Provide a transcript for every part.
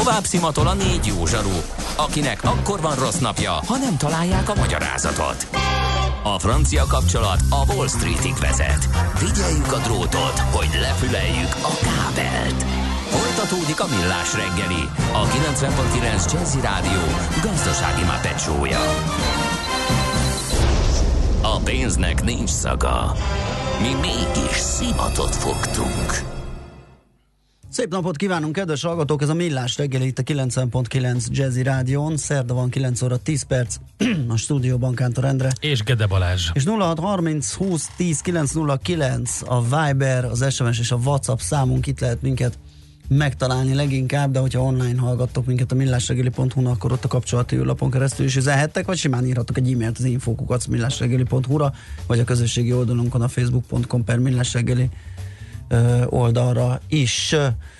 Tovább szimatol a 4 jó zsaru, akinek akkor van rossz napja, ha nem találják a magyarázatot. A francia kapcsolat a Wall Streetig vezet. Figyeljük a drótot, hogy lefüleljük a kábelt. Folytatódik a Millás reggeli, a 90.9 Jazzy Rádió gazdasági mápecsója. A pénznek nincs szaga. Mi mégis szimatot fogtunk. Szép napot kívánunk, kedves hallgatók! Ez a Millás reggeli itt a 90.9 Jazzy Rádión. Szerda van, 9 óra 10 perc. A stúdióban Kántor Endre. És Gede Balázs. És 0630 20 10 909 a Viber, az SMS és a WhatsApp számunk. Itt lehet minket megtalálni leginkább, de hogyha online hallgattok minket a millásreggeli.hu-n, akkor ott a kapcsolati űrlapon keresztül is üzenhettek, vagy simán írhatok egy e-mailt az info@millásreggeli.hu-ra, vagy a közösségi oldalunkon a facebook.com/millásreggeli oldalra is.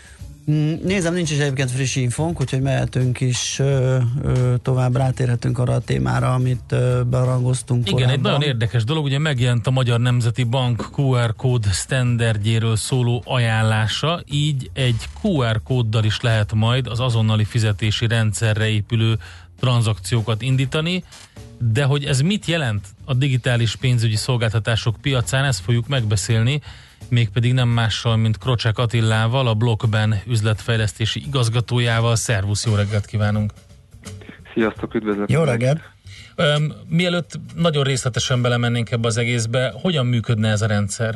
Nézem, nincs is egyébként friss infónk, úgyhogy mehetünk is tovább, rátérhetünk arra a témára, amit berangoztunk korábban. Igen, egy nagyon érdekes dolog, ugye megjelent a Magyar Nemzeti Bank QR kód sztenderdjéről szóló ajánlása, így egy QR kóddal is lehet majd az azonnali fizetési rendszerre épülő tranzakciókat indítani, de hogy ez mit jelent a digitális pénzügyi szolgáltatások piacán, ezt fogjuk megbeszélni, mégpedig nem mással, mint Krocsák Attilával, a Blockben üzletfejlesztési igazgatójával. Szervusz, jó reggelt kívánunk! Sziasztok, üdvözlök! Jó reggelt! Mielőtt nagyon részletesen belemennénk ebbe az egészbe, hogyan működne ez a rendszer?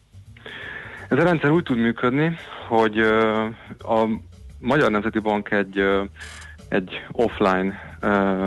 Ez a rendszer úgy tud működni, hogy a Magyar Nemzeti Bank egy offline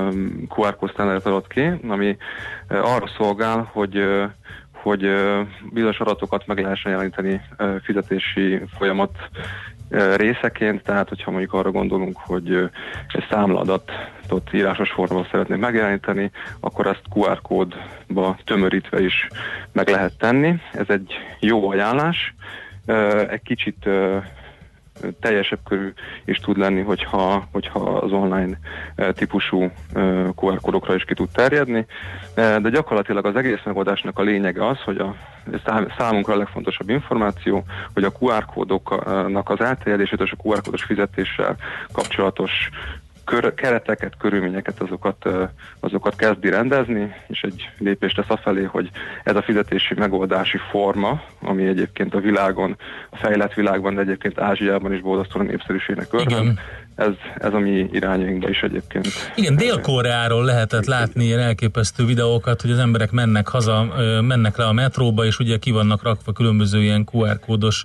QR kód sztenderdet adott ki, ami arra szolgál, hogy bizonyos adatokat meg lehessen jeleníteni fizetési folyamat részeként, tehát hogyha mondjuk arra gondolunk, hogy egy számlaadatot írásos formában szeretnénk megjeleníteni, akkor ezt QR kódba tömörítve is meg lehet tenni. Ez egy jó ajánlás, egy kicsit teljesebb körű is tud lenni, hogyha az online típusú QR kódokra is ki tud terjedni, de gyakorlatilag az egész megoldásnak a lényege az, hogy számunkra a legfontosabb információ, hogy a QR kódoknak az elterjedését és a QR kódos fizetéssel kapcsolatos kereteket, körülményeket, azokat kezdi rendezni, és egy lépést tesz afelé, hogy ez a fizetési megoldási forma, ami egyébként a világon, a fejlett világban, de egyébként Ázsiában is borzasztóan népszerűségnek örvend, ez a mi irányainkban is egyébként. Igen, Dél-Koreáról lehetett látni ilyen elképesztő videókat, hogy az emberek mennek haza, mennek le a metróba, és ugye ki vannak rakva különböző ilyen QR kódos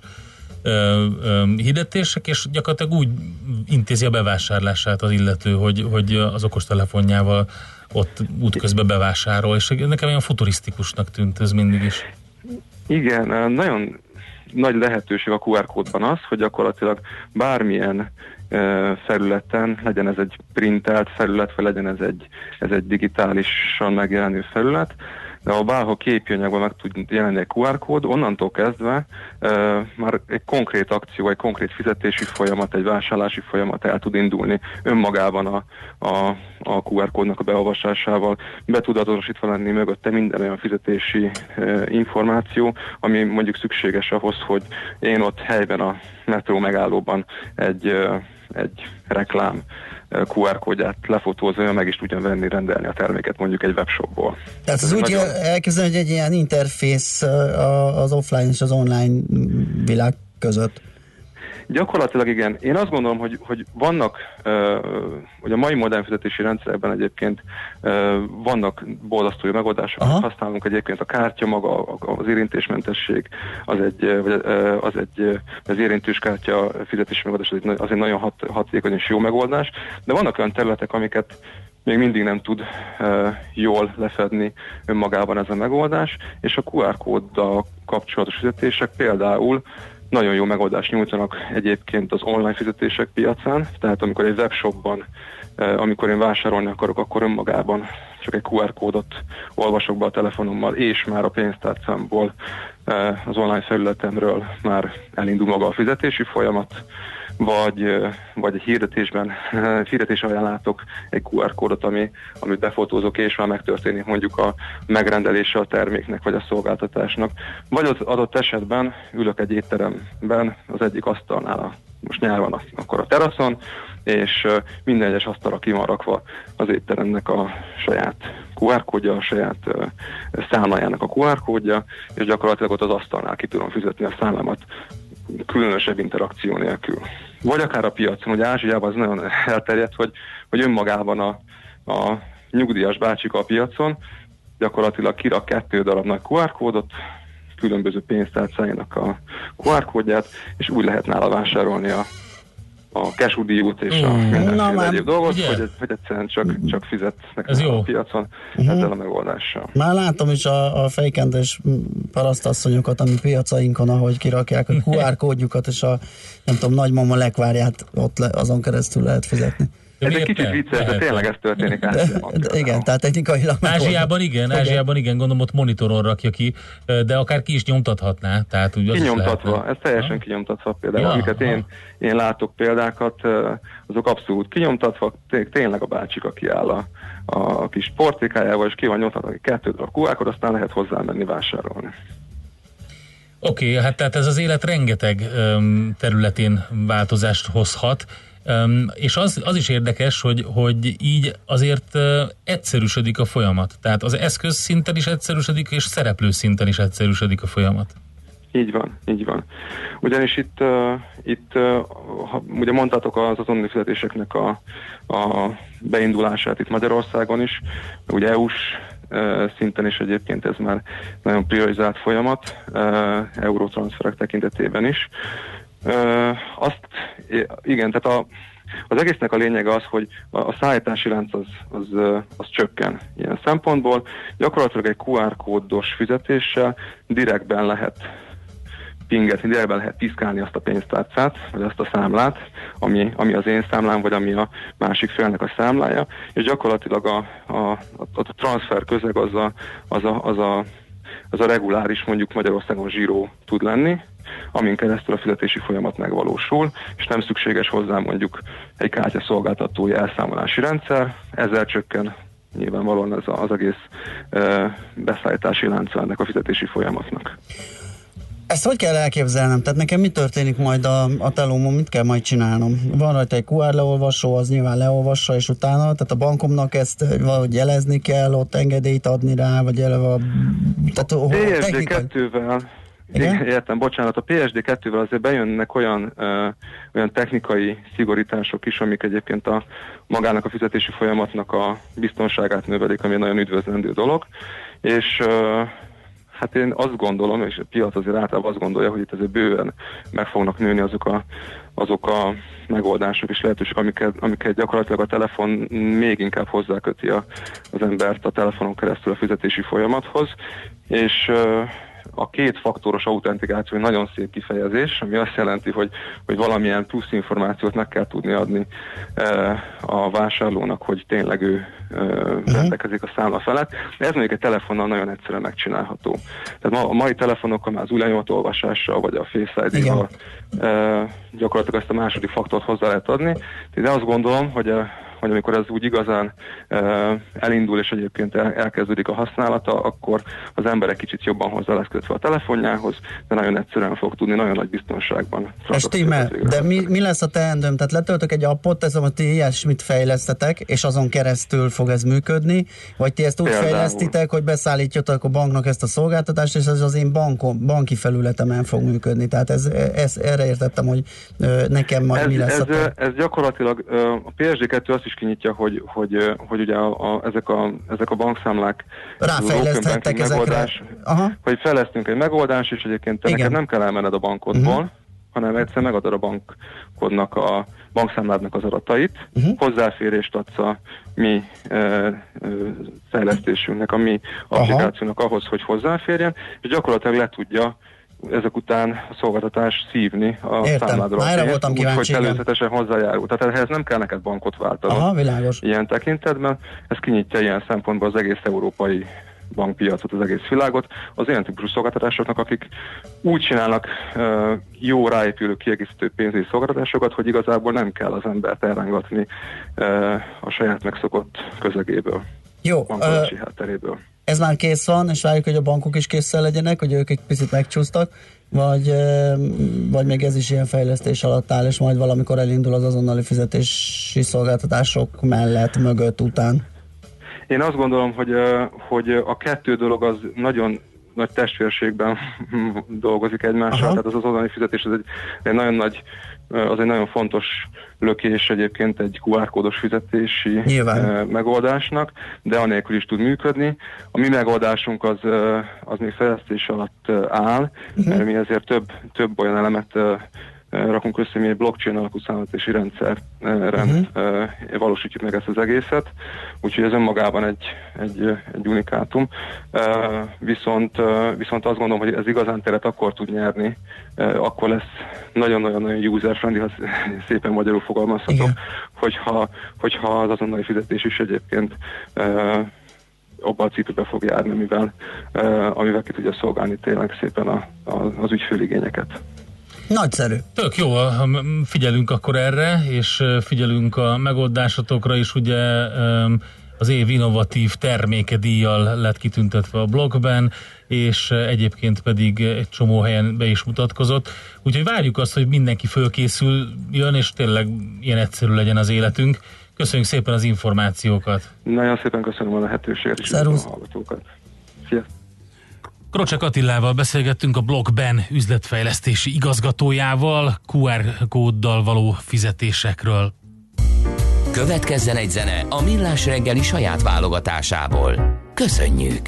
hirdetések, és gyakorlatilag úgy intézi a bevásárlását az illető, hogy az okostelefonjával ott útközben bevásárol, és nekem olyan futurisztikusnak tűnt ez mindig is. Igen, nagyon nagy lehetőség a QR kódban az, hogy gyakorlatilag bármilyen felületen, legyen ez egy printelt felület, vagy legyen ez egy digitálisan megjelenő felület, de ha bárhol képjanyagban meg tud jelenni egy QR kód, onnantól kezdve már egy konkrét akció, egy konkrét fizetési folyamat, egy vásárlási folyamat el tud indulni önmagában a QR kódnak a beolvasásával. Be tud azonosítva lenni mögötte minden olyan fizetési információ, ami mondjuk szükséges ahhoz, hogy én ott helyben a metró megállóban egy reklám QR kódját lefotózva, meg is tudjam venni, rendelni a terméket mondjuk egy webshopból. Tehát ez úgy elképzelni, hogy egy ilyen interfész az offline és az online világ között. Gyakorlatilag igen. Én azt gondolom, hogy vannak, hogy a mai modern fizetési rendszerekben egyébként vannak borzasztó megoldások. Használunk egyébként a kártya maga, az érintésmentesség, az érintős kártya fizetési megoldás, az egy nagyon hatékony és jó megoldás, de vannak olyan területek, amiket még mindig nem tud jól lefedni önmagában ez a megoldás, és a QR kóddal kapcsolatos fizetések például nagyon jó megoldást nyújtanak egyébként az online fizetések piacán, tehát amikor egy webshopban, amikor én vásárolni akarok, akkor önmagában csak egy QR kódot olvasok be a telefonommal, és már a pénztárcámból az online felületemről már elindul maga a fizetési folyamat, vagy egy hirdetés alá látok egy QR kódot, amit befotózok, és már megtörténik mondjuk a megrendelése a terméknek, vagy a szolgáltatásnak. Vagy az adott esetben ülök egy étteremben, az egyik asztalnál, most nyár van, akkor a teraszon, és minden egyes asztalra ki van rakva az étteremnek a saját QR kódja, a saját számlájának a QR kódja, és gyakorlatilag ott az asztalnál ki tudom fizetni a számlámat különösebb interakció nélkül. Vagy akár a piacon, hogy Ázsiában az nagyon elterjedt, hogy önmagában a nyugdíjas bácsika a piacon gyakorlatilag kirak 2 darab nagy QR kódot, különböző pénztárcájának a QR kódját, és úgy lehet nála vásárolni a cash-díjút és a mindenféle egyéb dolgot, hogy egyszerűen csak fizetnek a piacon ezzel a megoldással. Már látom is a fejkendős parasztasszonyokat, ami piacainkon, ahogy kirakják a QR kódjukat, és a nem tudom, nagymama lekvárját ott azon keresztül lehet fizetni. Ez egy kicsit vicces, de tényleg ez történik Ázsiában. Igen, tehát technikailag Ázsiában igen, gondolom ott monitoron rakja ki, de akár ki is nyomtathatná. Tehát úgy kinyomtatva, ez teljesen kinyomtatva például. Amiket én látok példákat, azok abszolút kinyomtatva, tényleg a bácsika kiáll a kis portékájával, és ki van nyomtatva 2 darab QR-kód, aztán lehet hozzá menni vásárolni. Oké, hát tehát ez az élet rengeteg területén változást hozhat. És az is érdekes, hogy így azért egyszerűsödik a folyamat. Tehát az eszköz szinten is egyszerűsödik, és szereplő szinten is egyszerűsödik a folyamat. Így van. Ugyanis itt ugye mondtátok az azonnali fizetéseknek a beindulását itt Magyarországon is, ugye EU-s szinten is egyébként ez már nagyon priorizált folyamat, eurotranszferek tekintetében is. Igen, tehát az egésznek a lényege az, hogy a szállítási lánc az csökken ilyen szempontból. Gyakorlatilag egy QR kódos fizetéssel direktben lehet pingetni, direktben lehet piszkálni azt a pénztárcát, vagy azt a számlát, ami az én számlám, vagy ami a másik félnek a számlája, és gyakorlatilag a transfer közeg az a reguláris, mondjuk Magyarországon zsíró tud lenni, amin keresztül a fizetési folyamat megvalósul, és nem szükséges hozzá mondjuk egy kártyaszolgáltatói elszámolási rendszer, ezzel csökken nyilvánvalóan az egész beszállítási lánca ennek a fizetési folyamatnak. Ezt hogy kell elképzelnem? Tehát nekem mi történik majd a telómon, mit kell majd csinálnom? Van rajta egy QR leolvasó, az nyilván leolvassa, és utána, tehát a bankomnak ezt valahogy jelezni kell, ott engedélyt adni rá, vagy eleve PSD2-vel, értem, bocsánat, a PSD2-vel azért bejönnek olyan technikai szigorítások is, amik egyébként magának a fizetési folyamatnak a biztonságát növelik, ami nagyon üdvözlendő dolog, és hát én azt gondolom, és a piac azért általában azt gondolja, hogy itt azért bőven meg fognak nőni azok a megoldások és lehetőségek, amiket gyakorlatilag a telefon még inkább hozzáköti az embert a telefonon keresztül a fizetési folyamathoz, és a 2 faktoros autentikáció egy nagyon szép kifejezés, ami azt jelenti, hogy valamilyen plusz információt meg kell tudni adni a vásárlónak, hogy tényleg ő rendelkezik a számla felett. De ez mondjuk egy telefonnal nagyon egyszerűen megcsinálható. Tehát a mai telefonokkal már az új lenyomatolvasással, vagy a Face ID-val gyakorlatilag ezt a második faktort hozzá lehet adni. De azt gondolom, hogy amikor ez úgy igazán elindul, és egyébként elkezdődik a használata, akkor az ember egy kicsit jobban hozzá lesz kötve a telefonjához, de nagyon egyszerűen fog tudni, nagyon nagy biztonságban. De mi lesz a teendőm? Tehát letöltök egy appot, teszem, hogy ti ilyesmit fejlesztetek, és azon keresztül fog ez működni, vagy ti ezt úgy fejlesztitek, hogy beszállítjatok a banknak ezt a szolgáltatást, és ez az én banki felületemen fog működni. Tehát ez erre értettem, hogy nekem majd mi lesz ez gyakorlatilag a PSD2 azt is kinyitja, hogy ugye ezek a bankszámláknak ráfejleszthettek ezekre. Hogy fejlesztünk egy megoldást, és egyébként te neked nem kell elmenned a bankodból, hanem egyszer megadod a bankodnak a bankszámládnak az adatait, hozzáférést adsz a mi fejlesztésünknek, a mi applikációnak ahhoz, hogy hozzáférjen, és gyakorlatilag le tudja ezek után a szolgáltatás szívni a számládra. Erre voltam kíváncsi. Hogy előzetesen hozzájárul. Tehát ehhez nem kell neked bankot váltanod. Világos. Ilyen tekintetben. Ez kinyitja ilyen szempontból az egész európai bankpiacot, az egész világot. Az ilyen típusú szolgáltatásoknak, akik úgy csinálnak jó ráépülő kiegészítő pénzügyi szolgáltatásokat, hogy igazából nem kell az embert elrángatni a saját megszokott közegéből. Jó. Bankolási hátteréből. ez már kész van, és várjuk, hogy a bankok is késszel legyenek, hogy ők egy picit megcsúsztak, vagy még ez is ilyen fejlesztés alatt áll, és majd valamikor elindul az azonnali fizetési szolgáltatások mellett, mögött, után? Én azt gondolom, hogy a kettő dolog az nagyon nagy testvérségben dolgozik egymással, tehát az azonnali fizetés egy nagyon nagy, az egy nagyon fontos lökés egyébként egy QR kódos fizetési megoldásnak, de anélkül is tud működni. A mi megoldásunk az még fejlesztés alatt áll, mert mi ezért több olyan elemet rakunk össze, mi egy blockchain alapú számítási rendszer valósítjuk meg ezt az egészet, úgyhogy ez önmagában egy unikátum. Viszont azt gondolom, hogy ez igazán teret akkor tud nyerni, akkor lesz nagyon-nagyon user-friendly, ha szépen magyarul fogalmazhatok, hogyha az azonnali fizetés is egyébként abban a cipőbe fog járni, amivel ki tudja szolgálni tényleg szépen az ügyféligényeket. Nagyszerű. Tök jó, figyelünk akkor erre, és figyelünk a megoldásotokra is, ugye az év innovatív terméke díjjal lett kitüntetve a blogben, és egyébként pedig egy csomó helyen be is mutatkozott. Úgyhogy várjuk azt, hogy mindenki fölkészüljön, és tényleg ilyen egyszerű legyen az életünk. Köszönjük szépen az információkat. Nagyon szépen köszönöm a lehetőséget, és a hallgatókat. Szia! Krocsek Attilával beszélgettünk, a Blockben üzletfejlesztési igazgatójával, QR kóddal való fizetésekről. Következzen egy zene a Millás reggeli saját válogatásából. Köszönjük!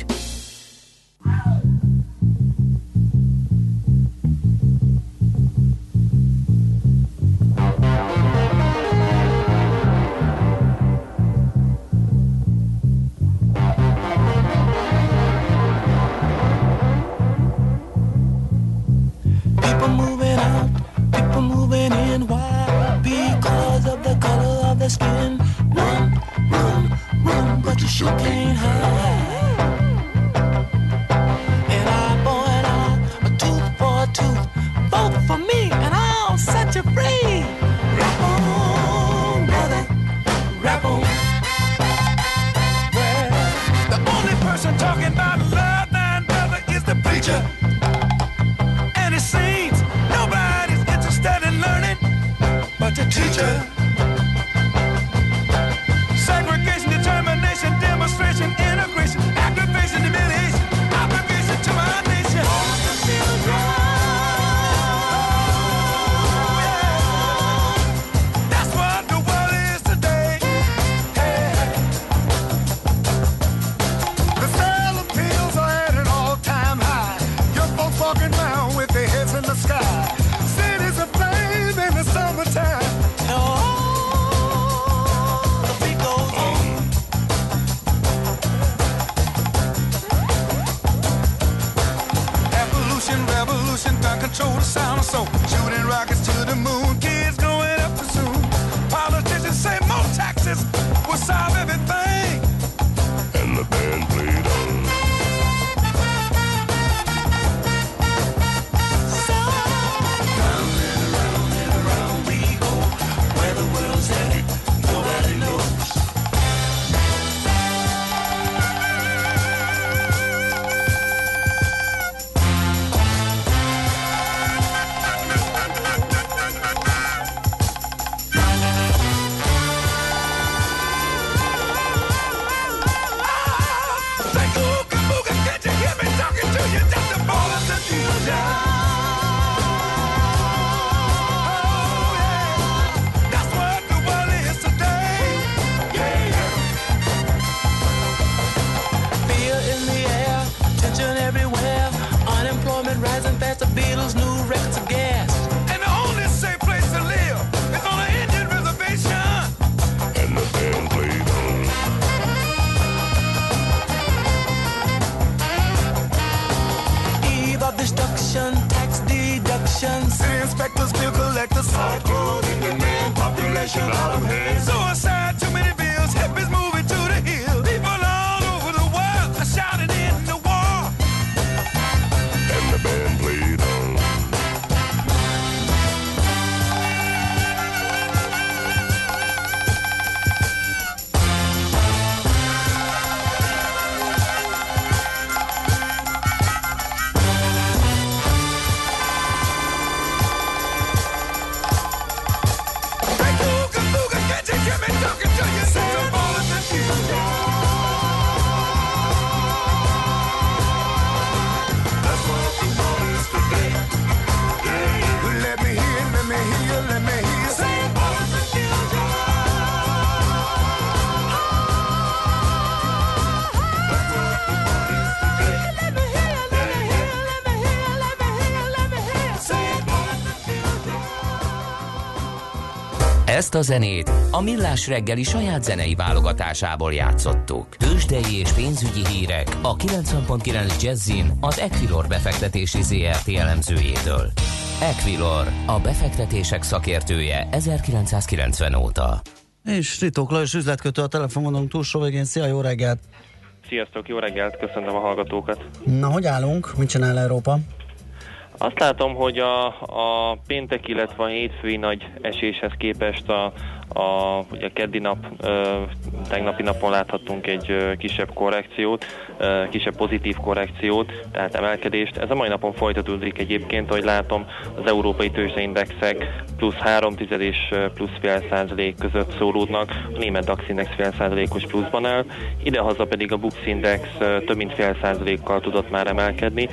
Skin. Run, run, run, but you sure can't hide. An eye for an eye, a tooth for a tooth. Vote for me and I'll set you free. Rap on, brother, rap on. Well, the only person talking about love, now, brother, is the preacher. And it seems nobody's interested in learning but the teacher. Demonstration, integration, aggravation, humiliation, obligation to my nation. That's what the world is today. Hey. The sale of pills are at an all-time high. Young folks walking around with their heads in the sky. Cities aflame in the summertime. Control the sound of soul, shooting rockets to the moon, kids growing up too soon. Politicians say more taxes will solve everything. And the band played on. So round and around we go. Where the world's headed, nobody knows. City inspectors, bill collectors, hardcore demand, population out of hand. Suicide, too many bills, hippies moving to the hill. People all over the world are shouting in the war. And the band played on. hear me talking to you. It's a ball of confusion. That's what the ball is today. Let me hear, let me hear, let me hear. Say a ball of confusion. That's what the ball is today. Let me hear, let me hear, let me hear, let me hear, let me hear. Say a ball of confusion. Ezt a zenét a Millás reggeli saját zenei válogatásából játszottuk. Tőzsdei és pénzügyi hírek a 90.9 Jazzin az Equilor befektetési ZRT elemzőjétől. Equilor, a befektetések szakértője 1990 óta. És Ritók Lajos üzletkötő a telefonvonalunk túlsó végén. Szia, jó reggelt! Sziasztok, jó reggelt, köszöntöm a hallgatókat. Na, hogy állunk? Mit csinál Európa? Azt látom, hogy a péntek, illetve a hétfői nagy eséshez képest ugye a keddi nap, tegnapi napon láthattunk egy kisebb korrekciót, kisebb pozitív korrekciót, tehát emelkedést. Ez a mai napon folytatódik egyébként, ahogy látom, az európai tőzsdeindexek plusz 0,3 és plusz fél százalék között szóródnak, a német DAX index fél százalékos pluszban áll, idehaza pedig a Bux index több mint fél százalékkal tudott már emelkedni,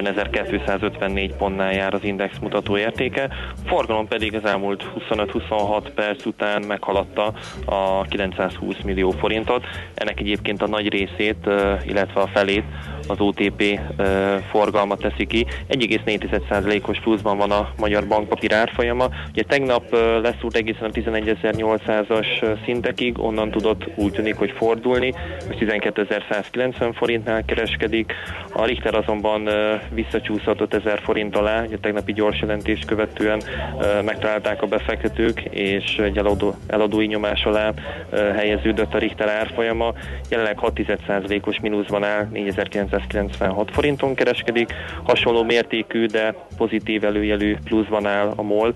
40.254 pontnál jár az index mutató értéke, forgalom pedig az elmúlt 25-26 perc után meghaladta a 920 millió forintot. Ennek egyébként a nagy részét, illetve a felét az OTP forgalma teszi ki. 1,4%-os pluszban van a magyar bankpapír árfolyama. Ugye tegnap leszúrt egészen a 11.800-as szintekig, onnan tudott úgy tűnik, hogy fordulni, most 12.190 forintnál kereskedik. A Richter azonban visszacsúszott 5000 forint alá, ugye tegnapi gyors jelentést követően megtalálták a befektetők, és egy eladói nyomás alá helyeződött a Richter árfolyama. Jelenleg 6,1%-os mínuszban áll, 4.996 forinton kereskedik. Hasonló mértékű, de pozitív előjelű pluszban áll a MOL,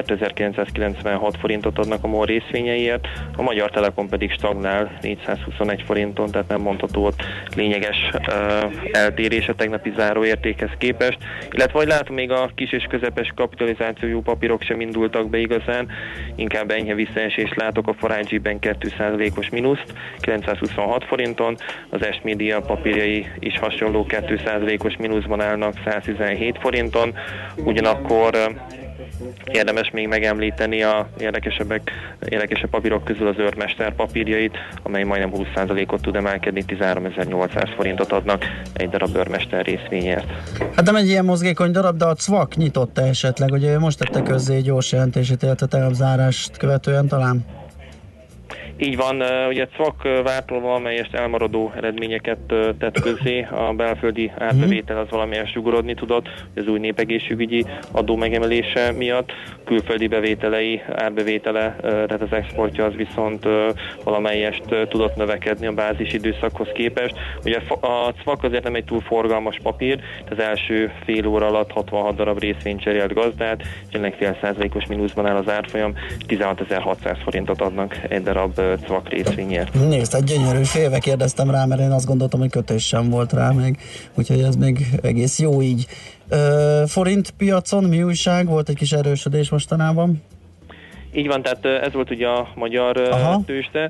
2.996 forintot adnak a MOL részvényeiért. A Magyar Telekom pedig stagnál 421 forinton, tehát nem mondható ott lényeges eltérés a tegnapi záróértékhez képest. Illetve, hogy látom, még a kis és közepes kapitalizációjú papírok sem indultak be igazán, inkább enyhe visszaesést látok, a Forage-ben 2%-os mínuszt, 926 forinton, az S-Media papírjai is hasonló 2%-os mínuszban állnak 117 forinton, ugyanakkor érdemes még megemlíteni a érdekesebb papírok közül az Őrmester papírjait, amely majdnem 20%-ot tud emelkedni, 13.800 forintot adnak egy darab Őrmester részvényért. Hát nem egy ilyen mozgékony darab, de a CVAK nyitotta esetleg, hogy most tette közzé egy gyors jelentését, illetve tegnap zárást követően talán? Így van, ugye CVAK vártól valamelyest elmaradó eredményeket tett közzé, a belföldi árbevétel az valamelyest sugorodni tudott, az új népegészségügyi adó megemelése miatt, külföldi bevételei, árbevétele, tehát az exportja az viszont valamelyest tudott növekedni a bázis időszakhoz képest. Ugye a CVAK azért nem egy túl forgalmas papír, az első fél óra alatt 66 darab részvényt cserélt gazdát, jelenleg fél százalékos mínuszban áll az árfolyam, 16.600 forintot adnak egy darab CVAK részvényért. Nézd, egy gyönyörű, félve kérdeztem rá, mert én azt gondoltam, hogy kötés sem volt rá még, úgyhogy ez még egész jó így. Forint piacon mi újság? Volt egy kis erősödés mostanában? Így van, tehát ez volt ugye a magyar tőzsde.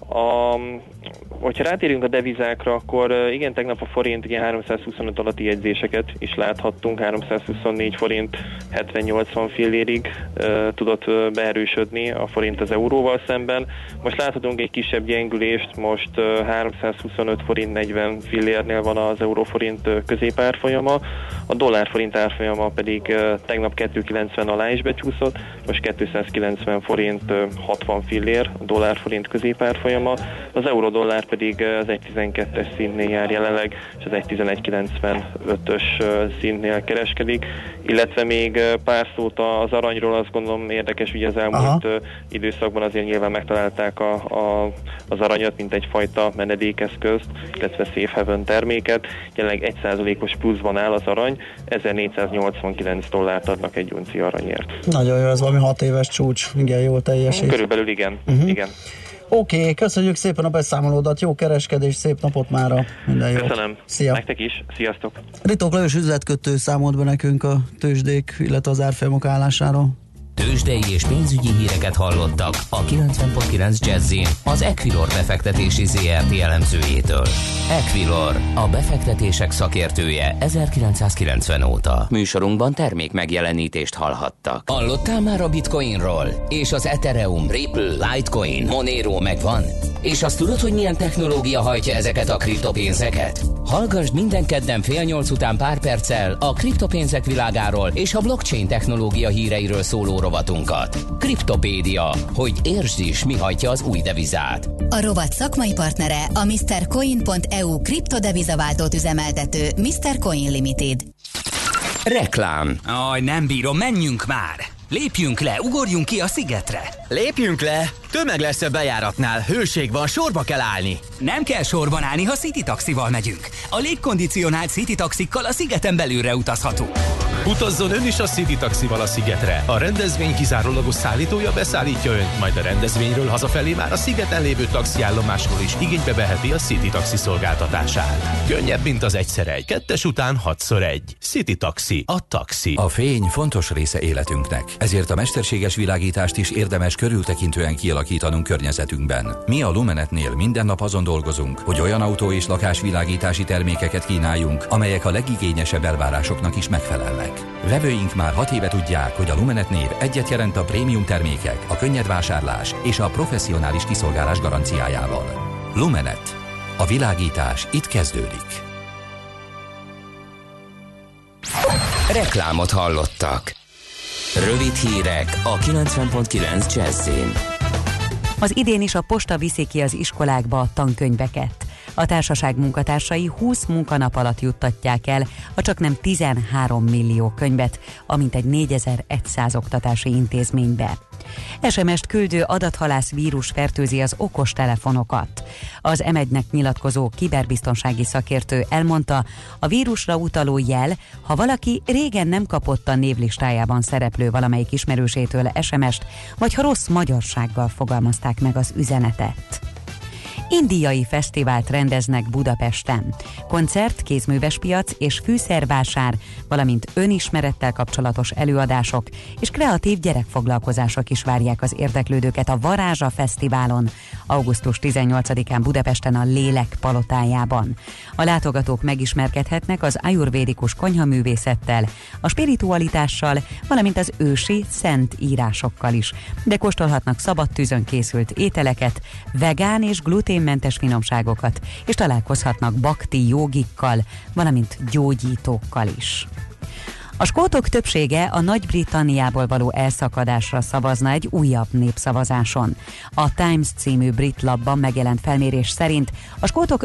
Hogyha rátérünk a devizákra, akkor igen, tegnap a forint ugye 325 alatti jegyzéseket is láthattunk, 324 forint 70-80 fillérig tudott beerősödni a forint az euróval szemben. Most láthatunk egy kisebb gyengülést, most 325 forint 40 fillérnél van az euróforint középárfolyama, a dollárforint árfolyama pedig tegnap 290 alá is becsúszott, most 290 forint 60 fillér a dollárforint középárfolyama, az euró-dollár pedig az 1.12-es szintnél jár jelenleg, és az 1.1195-ös szintnél kereskedik, illetve még pár szót az aranyról, azt gondolom érdekes, ugye az elmúlt időszakban azért nyilván megtalálták az aranyat, mint egyfajta menedékeszközt, illetve safe haven terméket, jelenleg 1%-os pluszban áll az arany, $1489 adnak egy uncia aranyért. Nagyon jó, ez valami 6 éves csúcs, igen, jól teljesít. Körülbelül igen, igen. Oké, köszönjük szépen a beszámolódat, jó kereskedés, szép napot mára, minden jót. Köszönöm, szia. Nektek is, sziasztok. Ritók Lajos üzletkötő számolt be nekünk a tőzsdék, illetve az árfolyamok állásáról. Tőzsdei és pénzügyi híreket hallottak a 90.9 Jazz-in az Equilor befektetési ZRT elemzőjétől. Equilor, a befektetések szakértője 1990 óta. Műsorunkban termék megjelenítést hallhattak. Hallottál már a Bitcoinról? És az Ethereum, Ripple, Litecoin, Monero megvan? És azt tudod, hogy milyen technológia hajtja ezeket a kriptopénzeket? Hallgassd minden kedden 7:30 után pár perccel a kriptopénzek világáról és a blockchain technológia híreiről szóló rovatunkat. Kriptopédia, hogy értsd is, mi hajtja az új devizát. A rovat szakmai partnere a MrCoin.eu kriptodevizaváltót üzemeltető Mr. Coin Limited. Reklám. Aj, nem bírom, menjünk már! Lépjünk le, ugorjunk ki a szigetre! Lépjünk le! Tömeg lesz a bejáratnál, hőség van, sorba kell állni! Nem kell sorban állni, ha City Taxival megyünk. A légkondicionált City Taxikkal a szigeten belülre utazhatunk. Utazzon ön is a City Taxival a szigetre. A rendezvény kizárólagos szállítója beszállítja önt, majd a rendezvényről hazafelé már a szigeten lévő taxiállomásról is igénybe veheti a City Taxi szolgáltatását. Könnyebb, mint az 1x1, 2-es után 6x1. City Taxi, a taxi. A fény fontos része életünknek, ezért a mesterséges világítást is érdemes körültekintően kialakítanunk környezetünkben. Mi a Lumenetnél minden nap azon dolgozunk, hogy olyan autó- és lakásvilágítási termékeket kínáljunk, amelyek a legigényesebb elvárásoknak is megfelelnek. Vevőink már 6 éve tudják, hogy a Lumenet név egyet jelent a prémium termékek, a könnyed vásárlás és a professzionális kiszolgálás garanciájával. Lumenet. A világítás itt kezdődik. Reklámot hallottak. Rövid hírek a 90.9 Jazz-in. Az idén is a posta viszi ki az iskolákba a tankönyveket. A társaság munkatársai 20 munkanap alatt juttatják el a csaknem 13 millió könyvet, amint egy 4100 oktatási intézménybe. SMS-t küldő adathalász vírus fertőzi az okostelefonokat. Az M1-nek nyilatkozó kiberbiztonsági szakértő elmondta, a vírusra utaló jel, ha valaki régen nem kapott a névlistájában szereplő valamelyik ismerősétől SMS-t, vagy ha rossz magyarsággal fogalmazták meg az üzenetet. Indiai fesztivált rendeznek Budapesten. Koncert, kézművespiac és fűszervásár, valamint önismerettel kapcsolatos előadások és kreatív gyerekfoglalkozások is várják az érdeklődőket a Varázsa Fesztiválon, augusztus 18-án Budapesten a Lélek palotájában. A látogatók megismerkedhetnek az ajurvédikus konyhaművészettel, a spiritualitással, valamint az ősi szent írásokkal is, de kóstolhatnak szabad tűzön készült ételeket, vegán és gluténmentes finomságokat, és találkozhatnak bakti jógikkal, valamint gyógyítókkal is. A skótok többsége a Nagy-Britanniából való elszakadásra szavazna egy újabb népszavazáson. A Times című brit lapban megjelent felmérés szerint a skótok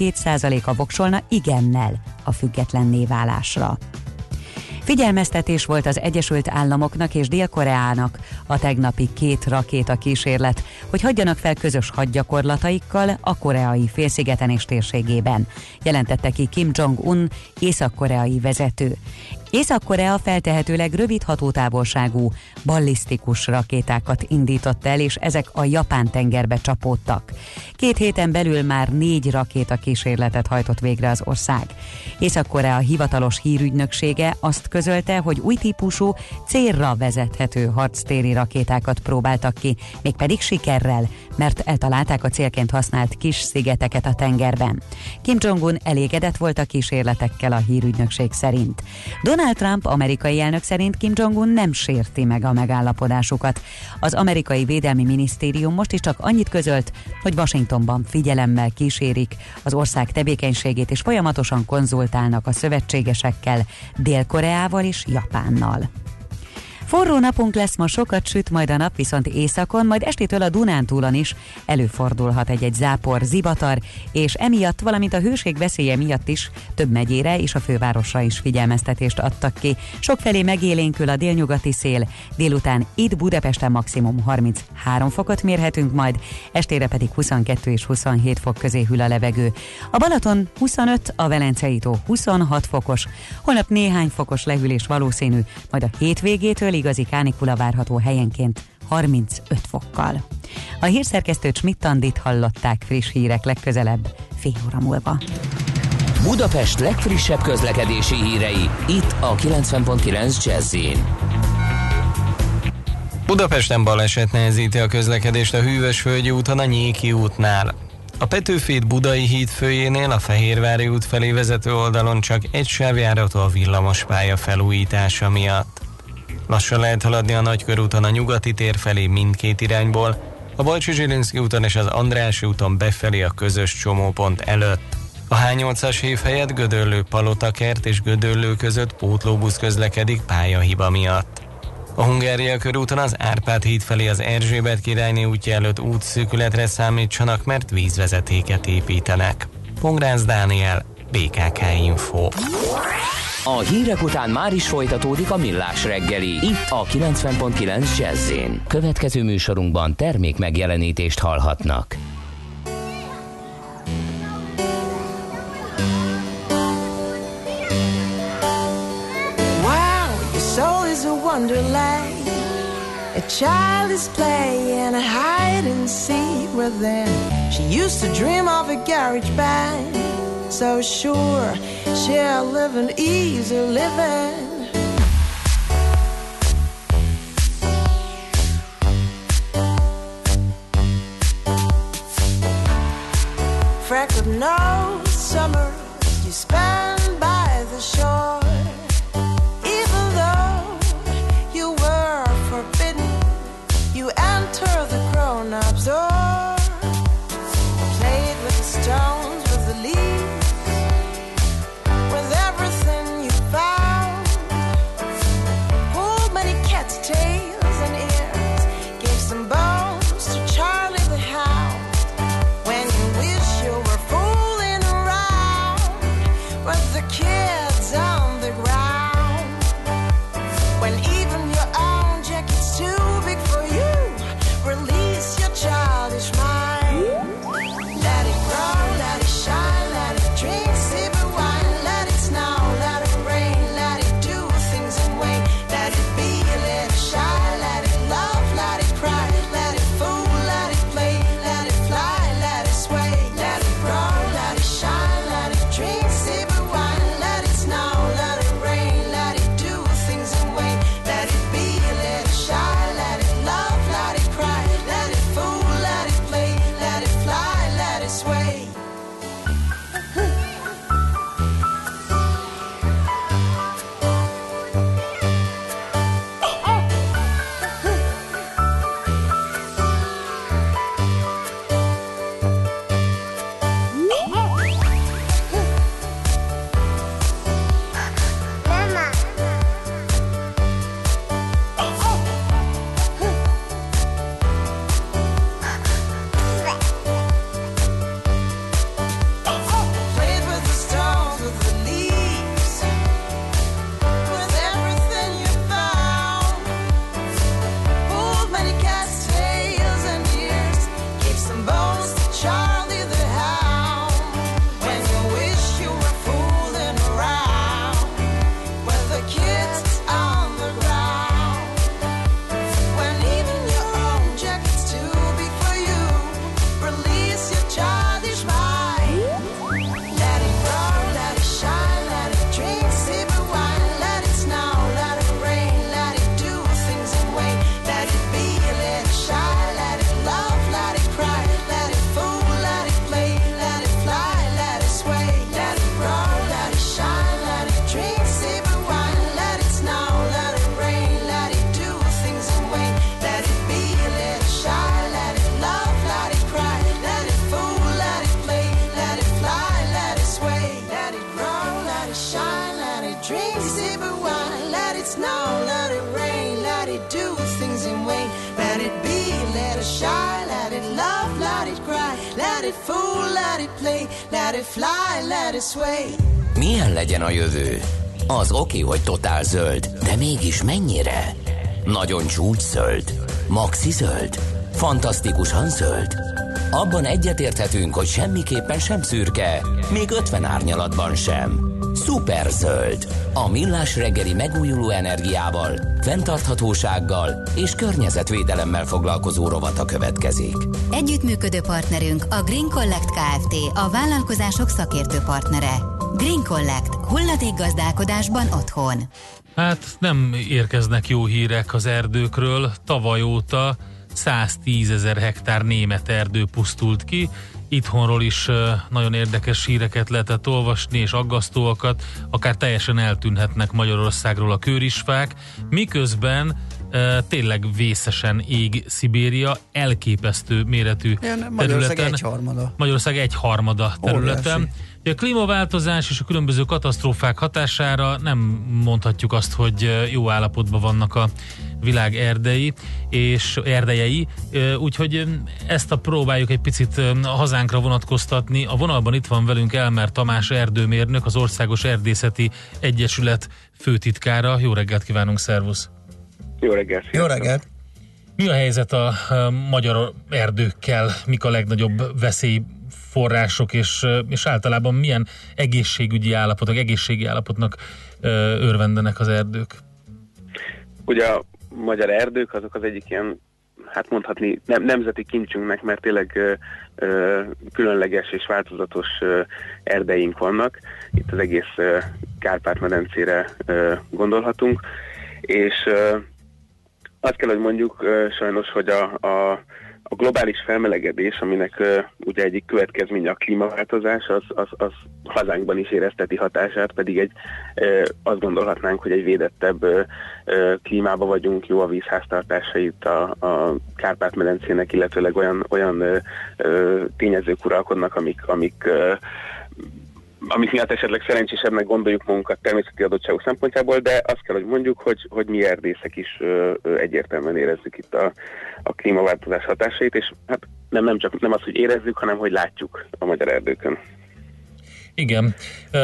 52%-a voksolna igennel a függetlenné válásra. Figyelmeztetés volt az Egyesült Államoknak és Dél-Koreának a tegnapi 2 rakéta kísérlet, hogy hagyjanak fel közös hadgyakorlataikkal a koreai félszigeten és térségében, jelentette ki Kim Jong-un, észak-koreai vezető. Észak-Korea feltehetőleg rövid hatótávolságú, ballisztikus rakétákat indított el, és ezek a Japán tengerbe csapódtak. 2 héten belül már 4 rakéta kísérletet hajtott végre az ország. Észak-Korea hivatalos hírügynöksége azt közölte, hogy új típusú, célra vezethető harctéri rakétákat próbáltak ki, mégpedig sikerrel, mert eltalálták a célként használt kis szigeteket a tengerben. Kim Jong-un elégedett volt a kísérletekkel a hírügynökség szerint. Donald Trump amerikai elnök szerint Kim Jong-un nem sérti meg a megállapodásukat. Az amerikai védelmi minisztérium most is csak annyit közölt, hogy Washingtonban figyelemmel kísérik az ország tevékenységét, és folyamatosan konzultálnak a szövetségesekkel, Dél-Koreával és Japánnal. Forró napunk lesz, ma sokat süt majd a nap, viszont északon, majd estétől a Dunántúlon is előfordulhat egy zápor, zivatar, és emiatt, valamint a hőség veszélye miatt is több megyére és a fővárosra is figyelmeztetést adtak ki. Sokfelé megélénkül a délnyugati szél, délután itt Budapesten maximum 33 fokot mérhetünk majd, estére pedig 22 és 27 fok közé hűl a levegő. A Balaton 25, a Velencei tó 26 fokos, holnap néhány fokos lehűlés valószínű, majd a hétvégétől igazi kánikula várható helyenként 35 fokkal. A hírszerkesztő Schmidt-Andit hallották, friss hírek legközelebb fél óra múlva. Budapest legfrissebb közlekedési hírei itt a 90.9 Jazz-in. Budapesten baleset nehezíti a közlekedést a Hűvösvölgyi úton a Nyéki útnál. A Petőfét Budai híd főjénél a Fehérvári út felé vezető oldalon csak egy sávjáratú a villamospálya felújítása miatt. Lassan lehet haladni a Nagykörúton a Nyugati tér felé mindkét irányból, a Balcsy-Zsilinszky úton és az Andrássy úton befelé a közös csomópont előtt. A H8-as hév helyett Gödöllő-Palotakert és Gödöllő között pótlóbusz közlekedik pályahiba miatt. A Hungária körúton az Árpád híd felé az Erzsébet királyné útja előtt útszűkületre számítsanak, mert vízvezetéket építenek. Pongrácz Dániel, BKK Info. A hírek után már is folytatódik a Millás reggeli, itt a 90.9 Jazz-én. Következő műsorunkban termék megjelenítést hallhatnak. Wow, your soul is a wonderland. A child is playing hide and seek with them. She used to dream of a garage band. So sure, she'll live an easy living. Freckled nose summers you spend by the shore. Even though you were forbidden, you enter the grown-ups door. Played with the stones, with the leaves, with everything you found. Pulled many cats' tails and ears, gave some bones to Charlie the Hound. When you wish you were fooling around with the kids on the ground. When even your own jacket's too big for you, release your childish mind. Let it grow, let it shine, let it drink, sip it wine, let it snow, let it rain, let it do things in vain. Let it be, let it shine, let it love, let it cry, let it fool, let it play, let it fly, let it sway. Let it grow, let it shine, let it drink, sip it wine, let it snow, let it rain, let it do things in vain. Let it be, let it shine, let it love, let it cry, let it fool, let it play, let it fly, let it sway. Played with the stones, with the leaves, with everything you found. Pulled many cats' tails and ears, gave some bones to Charlie the Hound. When you wish you were fooling around with the kids on the ground. When even your own jacket's too big for you, release your childish mind. Let it grow, let it shine, let it drink, sip it wine, let it snow, let it rain, let it do things in vain. Let it be, let it shine, let it love, let it cry, let it fool, let it play, let it fly, let it sway. Let it grow, let it shine, let it drink, sip it wine, let it snow, let it rain, let it do things in vain. Let it be, let it shine, let it love, let it cry, let it fool, let it play, let it fly, let it sway. Let it grow, let it shine, let it drink, sip it wine, let it snow, let it rain, let it do things in vain. Let it be, let it shine, let it love, let it cry, let it fool, let it play, let it fly, let it sway. Milyen legyen a jövő? Az oké, hogy totál zöld, de mégis mennyire? Nagyon csúcszöld? Maxi zöld? Fantasztikusan zöld? Abban egyetérthetünk, hogy semmiképpen sem szürke, még 50 árnyalatban sem. Szuperzöld. A Millás reggeli megújuló energiával, fenntarthatósággal és környezetvédelemmel foglalkozó rovata következik. Együttműködő partnerünk a Green Collect Kft. A vállalkozások szakértő partnere. Green Collect. Hulladékgazdálkodásban otthon. Hát nem érkeznek jó hírek az erdőkről. Tavaly óta 110 000 hektár német erdő pusztult ki. Itthonról is nagyon érdekes híreket lehetett olvasni, és aggasztóakat, akár teljesen eltűnhetnek Magyarországról a kőrisfák, miközben tényleg vészesen ég Szibéria, elképesztő méretű területen. Magyarország egyharmada területen. Óriási. A klímaváltozás és a különböző katasztrófák hatására nem mondhatjuk azt, hogy jó állapotban vannak a világ erdejei, úgyhogy ezt próbáljuk egy picit a hazánkra vonatkoztatni. A vonalban itt van velünk Elmer Tamás erdőmérnök, az Országos Erdészeti Egyesület főtitkára. Jó reggelt kívánunk, szervusz! Jó reggelt! Jó reggelt! Mi a helyzet a magyar erdőkkel? Mik a legnagyobb veszélyforrások, és általában milyen egészségi állapotnak örvendenek az erdők? Ugye a magyar erdők azok az egyik ilyen, hát mondhatni nemzeti kincsünknek, mert tényleg különleges és változatos erdeink vannak. Itt az egész Kárpát-medencére gondolhatunk, és azt kell, hogy mondjuk sajnos, hogy a globális felmelegedés, aminek ugye egyik következménye a klímaváltozás, az hazánkban is érezteti hatását, pedig azt gondolhatnánk, hogy egy védettebb klímában vagyunk, jó a vízháztartása itt a Kárpát-medencének, illetőleg olyan tényezők uralkodnak, amik miatt esetleg szerencsésebbnek gondoljuk magunkat természeti adottságok szempontjából, de azt kell, hogy mondjuk, hogy mi erdészek is egyértelműen érezzük itt a klímaváltozás hatásait, és hát nem az, hogy érezzük, hanem hogy látjuk a magyar erdőkön. Igen.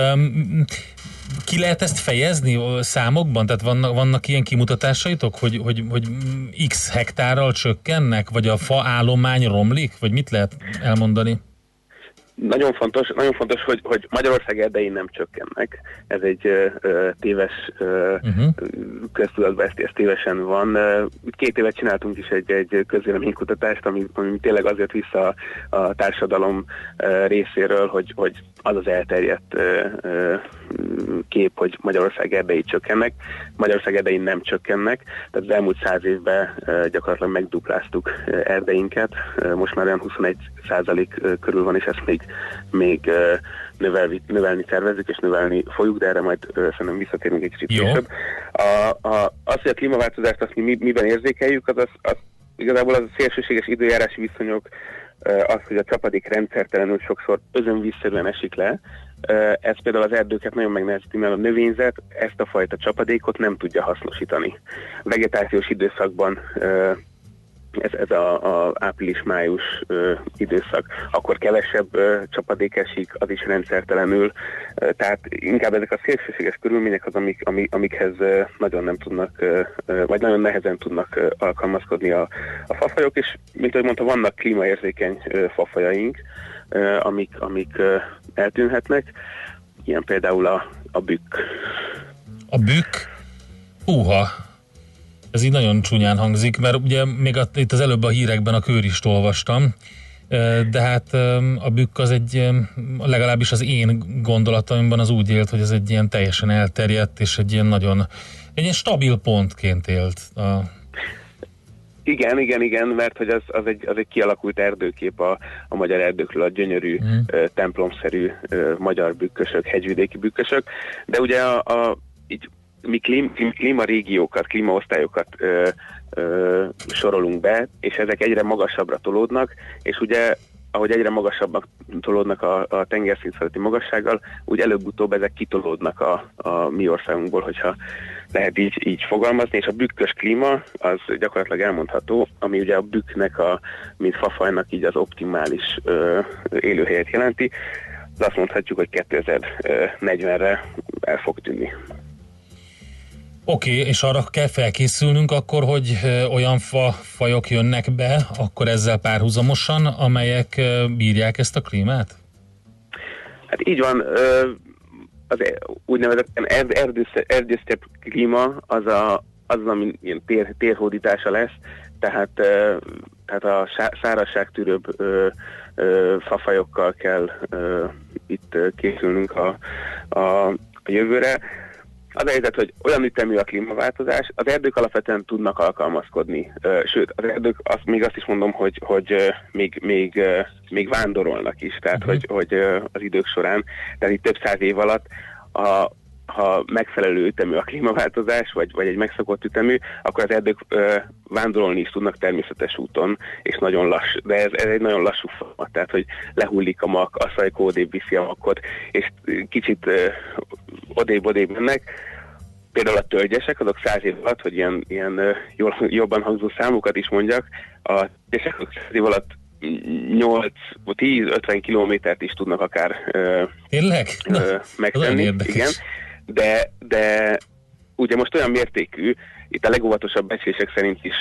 Ki lehet ezt fejezni számokban? Tehát vannak ilyen kimutatásaitok, hogy x hektárral csökkennek, vagy a fa állomány romlik, vagy mit lehet elmondani? Nagyon fontos, hogy Magyarország erdei nem csökkennek. Ez egy téves köztudatban, ez tévesen van. 2 évet csináltunk is egy közvéleménykutatást, ami tényleg az jött vissza a társadalom részéről, hogy az az elterjedt kép, hogy Magyarország erdei csökkennek. Magyarország erdei nem csökkennek, tehát az elmúlt 100 évben gyakorlatilag megdupláztuk erdeinket. Most már olyan 21% körül van, és ezt még növelni tervezzük, és növelni fogjuk, de erre majd szerintem visszatérünk egy kicsit később. Az, hogy a klímaváltozást azt miben érzékeljük, az igazából az a szélsőséges időjárási viszonyok, az, hogy a csapadék rendszertelenül sokszor özönvízszerűen esik le, ez például az erdőket nagyon megnehezíti, mert a növényzet ezt a fajta csapadékot nem tudja hasznosítani. A vegetációs időszakban ez a április-május időszak, akkor kevesebb csapadék esik, az is rendszertelenül, tehát inkább ezek a szélsőséges körülmények az, amikhez nagyon nem tudnak, vagy nagyon nehezen tudnak alkalmazkodni a fafajok, és mint ahogy mondta, vannak klímaérzékeny fafajaink, amik eltűnhetnek, ilyen például a bükk. A bükk? Húha! Ez így nagyon csúnyán hangzik, mert ugye még itt az előbb a hírekben a kőrist olvastam, de hát a bükk az legalábbis az én gondolataimban az úgy élt, hogy ez egy ilyen teljesen elterjedt, és egy ilyen stabil pontként élt. Igen, mert hogy az egy kialakult erdőkép a magyar erdőkről, a gyönyörű, templomszerű magyar bükkösök, hegyvidéki bükkösök, de ugye így mi klímarégiókat, klímaosztályokat sorolunk be, és ezek egyre magasabbra tolódnak, és ugye ahogy egyre magasabbak tolódnak a tengerszint feletti magassággal, úgy előbb-utóbb ezek kitolódnak a mi országunkból, hogyha lehet így fogalmazni, és a bükkös klíma az gyakorlatilag elmondható, ami ugye a bükknek, mint fafajnak így az optimális élőhelyet jelenti. De azt mondhatjuk, hogy 2040-re el fog tűnni. Oké, és arra kell felkészülnünk akkor, hogy olyan fajok jönnek be, akkor ezzel párhuzamosan, amelyek bírják ezt a klímát? Hát így van, az úgynevezett erdőszebb klíma az, ami ilyen térhódítása lesz, tehát a szárazságtűrőbb fafajokkal kell itt készülnünk a jövőre. Az a helyzet, hogy olyan ütemű a klímaváltozás, az erdők alapvetően tudnak alkalmazkodni. Sőt, az erdők, még azt is mondom, hogy még vándorolnak is, tehát hogy az idők során, tehát itt több száz év alatt, ha megfelelő ütemű a klímaváltozás, vagy egy megszokott ütemű, akkor az erdők vándorolni is tudnak természetes úton, és nagyon lassú, de ez egy nagyon lassú folyamat, tehát hogy lehullik a mak, a szajkó odébb viszi a makot, és kicsit odébb mennek. Például a tölgyesek, azok 100 év alatt, hogy ilyen jobban hangzó számokat is mondjak, a tölgyesek 100 év alatt 8-10-50 kilométert is tudnak akár megtenni. Igen. De ugye most olyan mértékű, itt a legóvatosabb becslések szerint is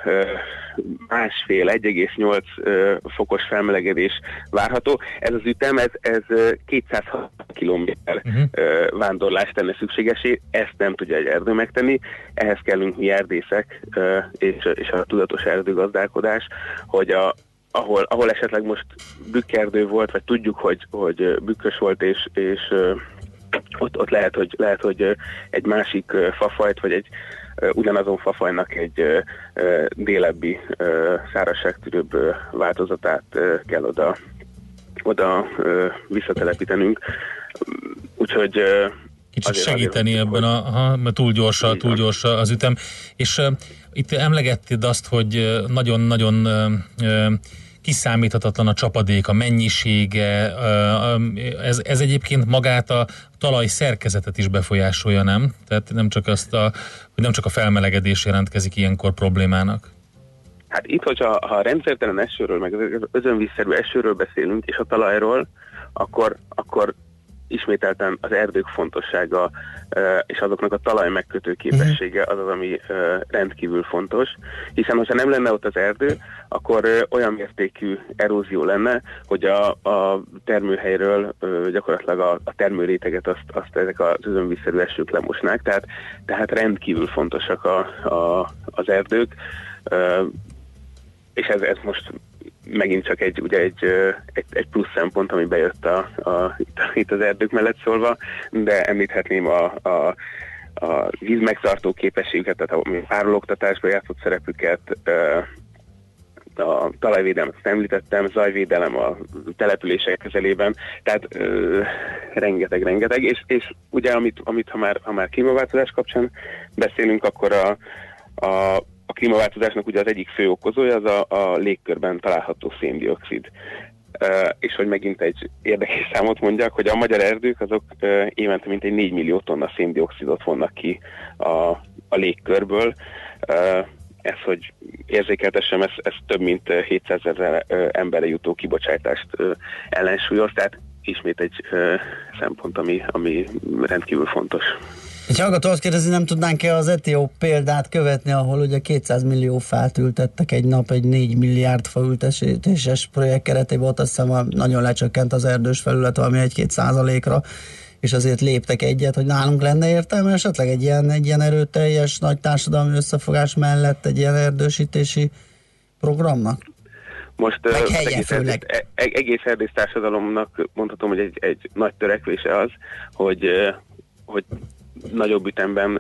1,5-1,8 fokos felmelegedés várható. Ez az ütem, ez 260 kilométer vándorlást tenne szükségesé, ezt nem tudja egy erdő megtenni, ehhez kellünk mi erdészek és a tudatos erdőgazdálkodás, hogy ahol esetleg most bükkerdő volt, vagy tudjuk, hogy bükkös volt, és ott lehet, hogy egy másik fafajt, vagy egy ugyanazon fafajnak egy délebbi, szárazságtűrőbb változatát kell oda visszatelepítenünk. Úgyhogy kicsit segíteni ebben, mert túl gyors az ütem. És itt emlegetted azt, hogy nagyon-nagyon kiszámíthatatlan a csapadék, a mennyisége, ez egyébként magát a talaj szerkezetet is befolyásolja, nem? Tehát nem csak a felmelegedés jelentkezik ilyenkor problémának. Hát itt, hogyha rendszertelen esőről, meg özönvízszerű esőről beszélünk, és a talajról, akkor ismételten az erdők fontossága és azoknak a talaj megkötő képessége az, ami rendkívül fontos, hiszen ha nem lenne ott az erdő, akkor olyan mértékű erózió lenne, hogy a termőhelyről gyakorlatilag a termőréteget azt ezek az özönvízszerű esők lemosnák, tehát rendkívül fontosak az erdők, és ez most megint csak egy plusz szempont, ami bejött itt az erdők mellett szólva, de említhetném a víz megtartó képességüket, tehát a párologtatásban játszott szerepüket, a talajvédelmet azt említettem, zajvédelem a települések közelében, tehát rengeteg, és ugye amit ha már klímaváltozás kapcsán beszélünk, akkor a klímaváltozásnak ugye az egyik fő okozója az a légkörben található szén-dioxid. És hogy megint egy érdekes számot mondjak, hogy a magyar erdők azok évente mintegy 4 millió tonna szén-dioxidot vonnak ki a légkörből. Ez, hogy érzékeltessem, ez több mint 700 000 emberre jutó kibocsátást ellensúlyoz, tehát ismét egy szempont, ami rendkívül fontos. Egy hallgató azt kérdezi, nem tudnánk-e az etióp példát követni, ahol ugye 200 millió fát ültettek egy nap, egy 4 milliárd faültetéses projekt keretében, ott azt hiszem nagyon lecsökkent az erdős felület valami 1-2%-ra, és azért léptek egyet, hogy nálunk lenne értelme esetleg egy ilyen erőteljes nagy társadalmi összefogás mellett egy ilyen erdősítési programnak? Most egész erdész társadalomnak mondhatom, hogy egy nagy törekvése az, hogy nagyobb ütemben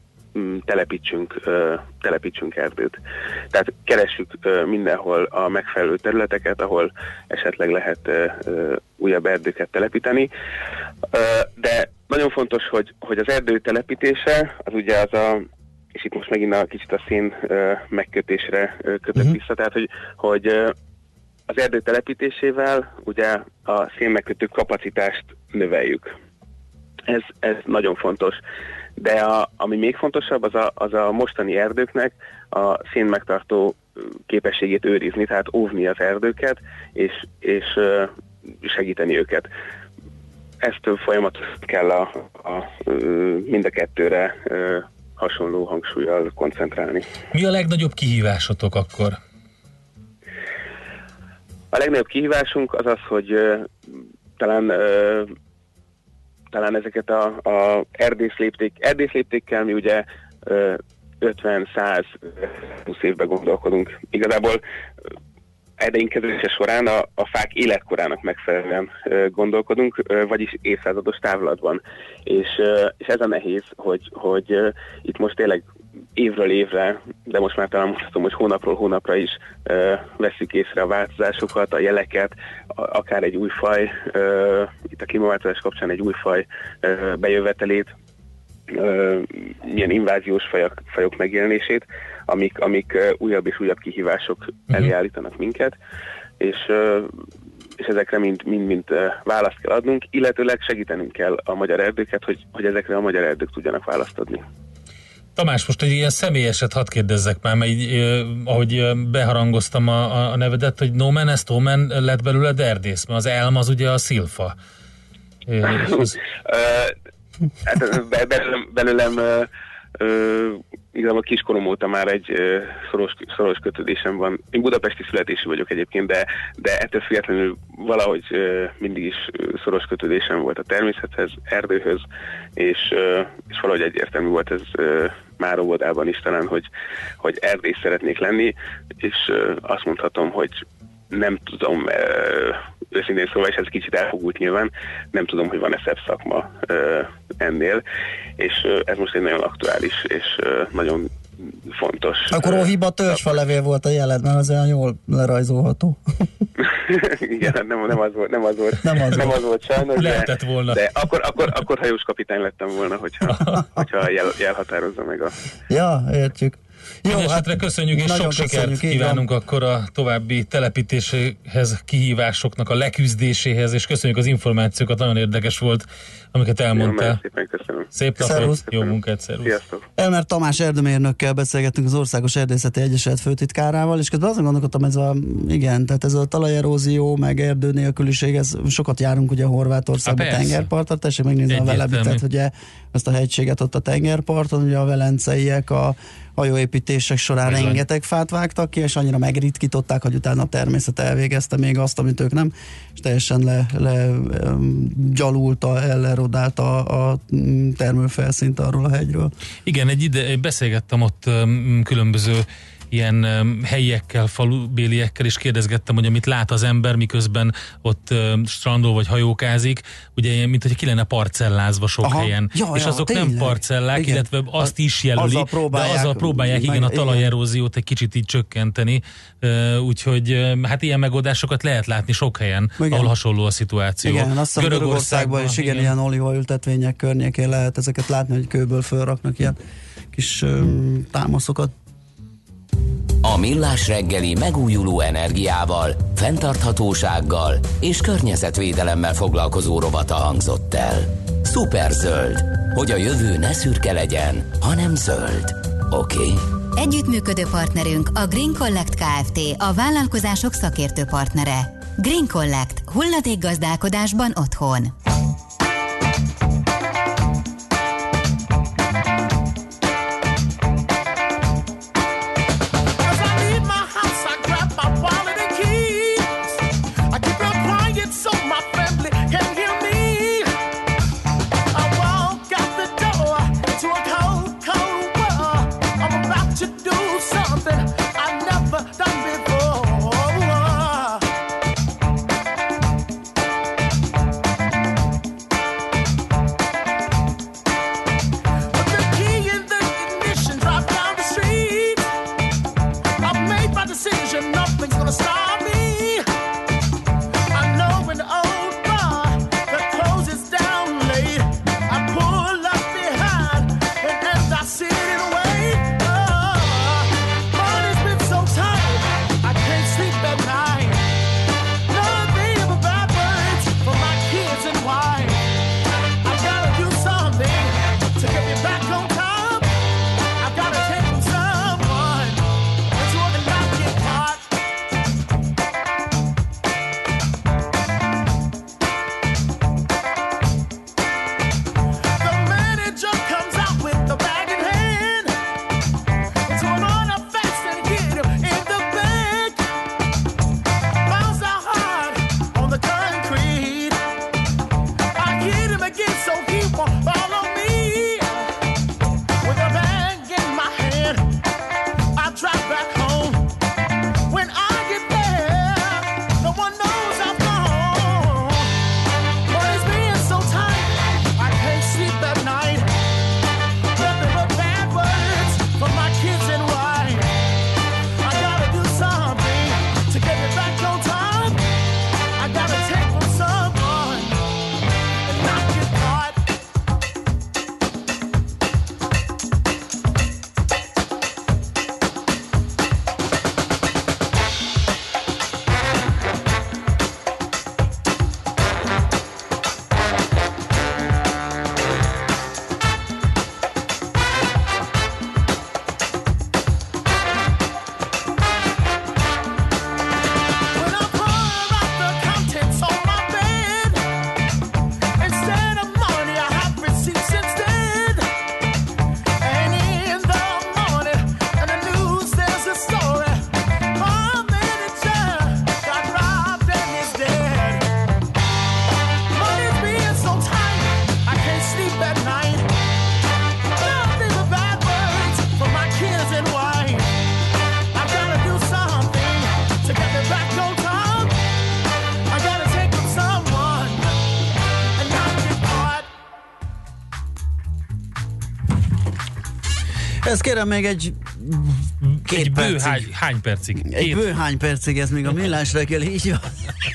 telepítsünk erdőt. Tehát keressük mindenhol a megfelelő területeket, ahol esetleg lehet újabb erdőket telepíteni. De nagyon fontos, hogy az erdő telepítése, az ugye és itt most megint kicsit a szén megkötésre kötött vissza, tehát hogy az erdő telepítésével ugye a szén megkötő kapacitást növeljük. Ez nagyon fontos. De ami még fontosabb, az a mostani erdőknek a szénmegtartó képességét őrizni, tehát óvni az erdőket, és segíteni őket. Ezt folyamatosan kell mind a kettőre hasonló hangsúllyal koncentrálni. Mi a legnagyobb kihívásotok akkor? A legnagyobb kihívásunk az, hogy talán ezeket a erdészléptékkel mi ugye 50-100-20 évben gondolkodunk. Igazából erdeinkezése során a fák életkorának megfelelően gondolkodunk, vagyis évszázados távlatban. És ez a nehéz, hogy itt most tényleg évről évre, de most már talán mondhatom, hogy hónapról hónapra is veszük észre a változásokat, a jeleket, akár egy új faj, itt a klímaváltozás kapcsán egy új faj bejövetelét, milyen inváziós fajok megjelenését, amik újabb és újabb kihívások elé állítanak minket, és ezekre mind választ kell adnunk, illetőleg segítenünk kell a magyar erdőket, hogy ezekre a magyar erdők tudjanak választ adni. Tamás, most egy ilyen személyeset hadd kérdezzek már, mert így, ahogy beharangoztam a nevedet, hogy no man as no man lett belőled erdész, mert az elm az ugye a szilfa. Belőlem igazából kiskorom óta már egy szoros kötődésem van. Én budapesti születésű vagyok egyébként, de ettől függetlenül valahogy mindig is szoros kötődésem volt a természethez, erdőhöz, és valahogy egyértelmű volt ez már óvodában is talán, hogy erdész szeretnék lenni, és azt mondhatom, hogy nem tudom, őszintén szóval, és ez kicsit elfogult nyilván, nem tudom, hogy van-e szebb szakma ennél, és ez most egy nagyon aktuális és nagyon fontos. Akkor Óhiba törzsfalevél volt a jeled, mert az olyan jól lerajzolható. Igen, nem az volt sajnos, lehetett volna. De akkor hajós kapitány lettem volna, hogyha jelhatározza meg a... Ja, értjük. Jó, esetre köszönjük, és sok sikert kívánunk akkor a további telepítéséhez, kihívásoknak a leküzdéséhez, és köszönjük az információkat, nagyon érdekes volt, amiket elmondtál. Szépen köszönöm. Szép napot, jó munkát, szervusz. Sziasztok. Elmer Tamás erdőmérnökkel beszélgettünk, az Országos Erdészeti Egyesület főtitkárával, és közben azon gondolkodtam, tehát ez a talajerózió, meg erdő nélküliség, ez sokat járunk ugye Horvátországban tengerpartra, tessék megnézni a Velebitet, ugye ezt a hegységet ott a tengerparton, ugye a velenceiek a hajóépítések során rengeteg fát vágtak ki, és annyira megritkították, hogy utána a természet elvégezte még azt, amit ők nem, és teljesen gyalulta, ellerodálta a termőfelszínt arról a hegyről. Igen, beszélgettem ott különböző ilyen helyiekkel, falubéliekkel, és kérdezgettem, hogy amit lát az ember, miközben ott strandol vagy hajókázik, ugye mint hogy ki lenne parcellázva sok helyen. És azok tényleg nem parcellák, igen. Illetve azt is jelöli, de azzal próbálják igen, a talajeróziót egy kicsit így csökkenteni, úgyhogy hát ilyen megoldásokat lehet látni sok helyen, igen. Ahol hasonló a szituáció. Igen, azt hiszem Görögországban is igen, ilyen olívaültetvények környékén lehet ezeket látni, hogy kőből fölraknak ilyen kis támaszokat. A Millás reggeli megújuló energiával, fenntarthatósággal és környezetvédelemmel foglalkozó rovata hangzott el. Szuperzöld, hogy a jövő ne szürke legyen, hanem zöld. Oké? Együttműködő partnerünk a Green Collect Kft., a vállalkozások szakértő partnere. Green Collect. Hulladékgazdálkodásban otthon. Ez kérem még egy Egy bő percig. hány percig? Egy bő hány percig, ez még a millás reggel, így van.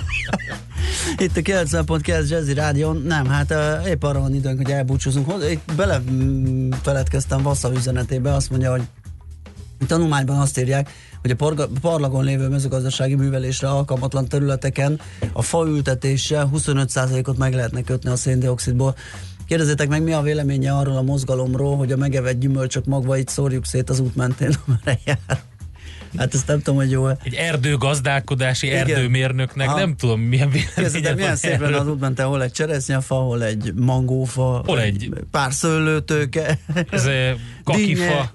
Itt a 90.9 Jazzy Rádion. Nem, hát épp arra van időnk, hogy elbúcsúzunk. Itt belefeledkeztem Vassza üzenetébe, azt mondja, hogy a tanulmányban azt írják, hogy a parlagon lévő mezőgazdasági művelésre alkalmatlan területeken a faültetéssel 25%-ot meg lehetne kötni a széndioxidból. Kérdezzétek meg, mi a véleménye arról a mozgalomról, hogy a megevett gyümölcsök magvait szórjuk szét az út mentén, amerre jár. Hát ezt nem tudom, hogy jó. Egy erdőgazdálkodási erdőmérnöknek nem tudom, milyen véleménye van. Milyen szép lenne az út mentén, hol egy cseresznyefa, hol egy mangófa, hol egy pár szőlőtőke. Ez kakifa.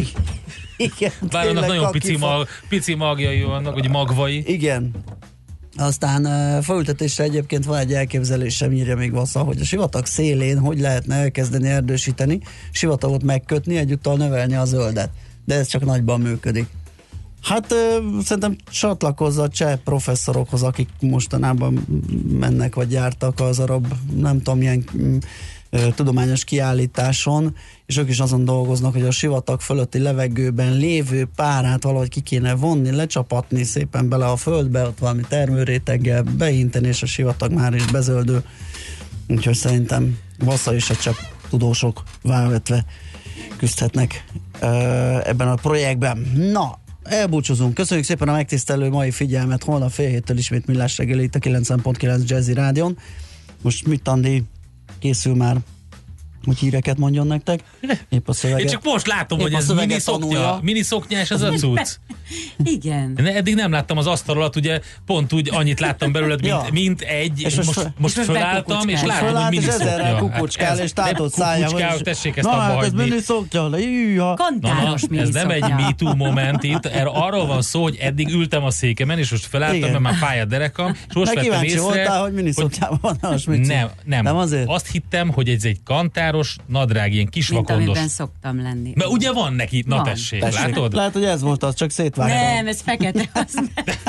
Igen, bár annak nagyon pici magjai vannak, vagy magvai. Igen. Aztán faültetésre egyébként van egy elképzelésem, írja még Vassza, hogy a sivatag szélén hogy lehetne elkezdeni erdősíteni, sivatagot megkötni, egyúttal növelni a zöldet. De ez csak nagyban működik. Hát szerintem csatlakozza a cseh professzorokhoz, akik mostanában mennek vagy jártak az arab, nem tudom, milyen tudományos kiállításon, és ők is azon dolgoznak, hogy a sivatag fölötti levegőben lévő párát valahogy ki kéne vonni, lecsapatni szépen bele a földbe, ott valami termőréteggel beinteni, és a sivatag már is bezöldül. Úgyhogy szerintem Vassza és a csepp tudósok válvetve küzdhetnek ebben a projektben. Na, elbúcsúzunk. Köszönjük szépen a megtisztelő mai figyelmet. Holnap fél héttől ismét Millás reggeli itt a 90.9 Jazzy Rádion. Most mit, Andi, készül már, hogy híreket mondjon nektek? Épp a szövege. Én csak most látom, hogy ez mini szoknyás ez a cucc. Igen. Eddig nem láttam az asztal alatt, ugye pont úgy annyit láttam belőled, mint egy, és most fölálltam, és látom, hogy mini szoknya. És ezerrel kukucskál, és tátott szája. Tessék ezt abba hagyni. Na, hát ez mini szoknya. Kantáros mini ez nem egy szoknya. Me Too moment itt, arról van szó, hogy eddig ültem a székemen, és most felálltam, mert már fáj a derekam, és most vettem észre, voltál, hogy mini szoknyában van a smici. Nem azért? Azt hittem, hogy ez egy kantáros, nadrág, ilyen kisvakondos. Mint amiben szoktam lenni. Mert ugye van neki, na tessék, látod? Lehet, hogy ez volt az, csak szétvágtam. Nem, ez fekete, az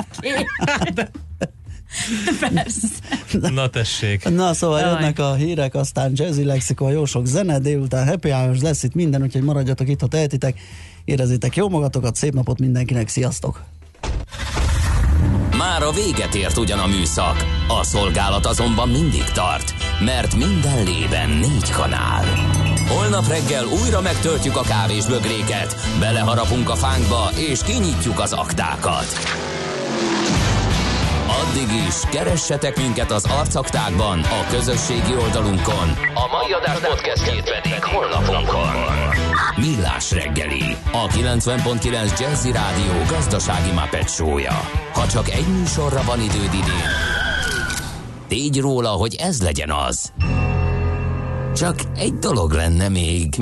persze. Na tessék. Na szóval jönnek a hírek, aztán Jazzy Lexikon, jó sok zene, délután happy hours lesz itt minden, úgyhogy maradjatok itt, ha tehetitek. Érezzétek jó magatokat, szép napot mindenkinek, sziasztok! Már a véget ért ugyan a műszak, a szolgálat azonban mindig tart, mert minden lében 4 kanál. Holnap reggel újra megtöltjük a kávésbögréket, beleharapunk a fánkba és kinyitjuk az aktákat. Addig is keressetek minket az arcaktákban, a közösségi oldalunkon. A mai adás podcastjét pedig honlapunkon. Millás reggeli, a 90.9 Jazzy Rádió gazdasági Muppet show-ja. Ha csak egy műsorra van időd idén, tégy róla, hogy ez legyen az. Csak egy dolog lenne még.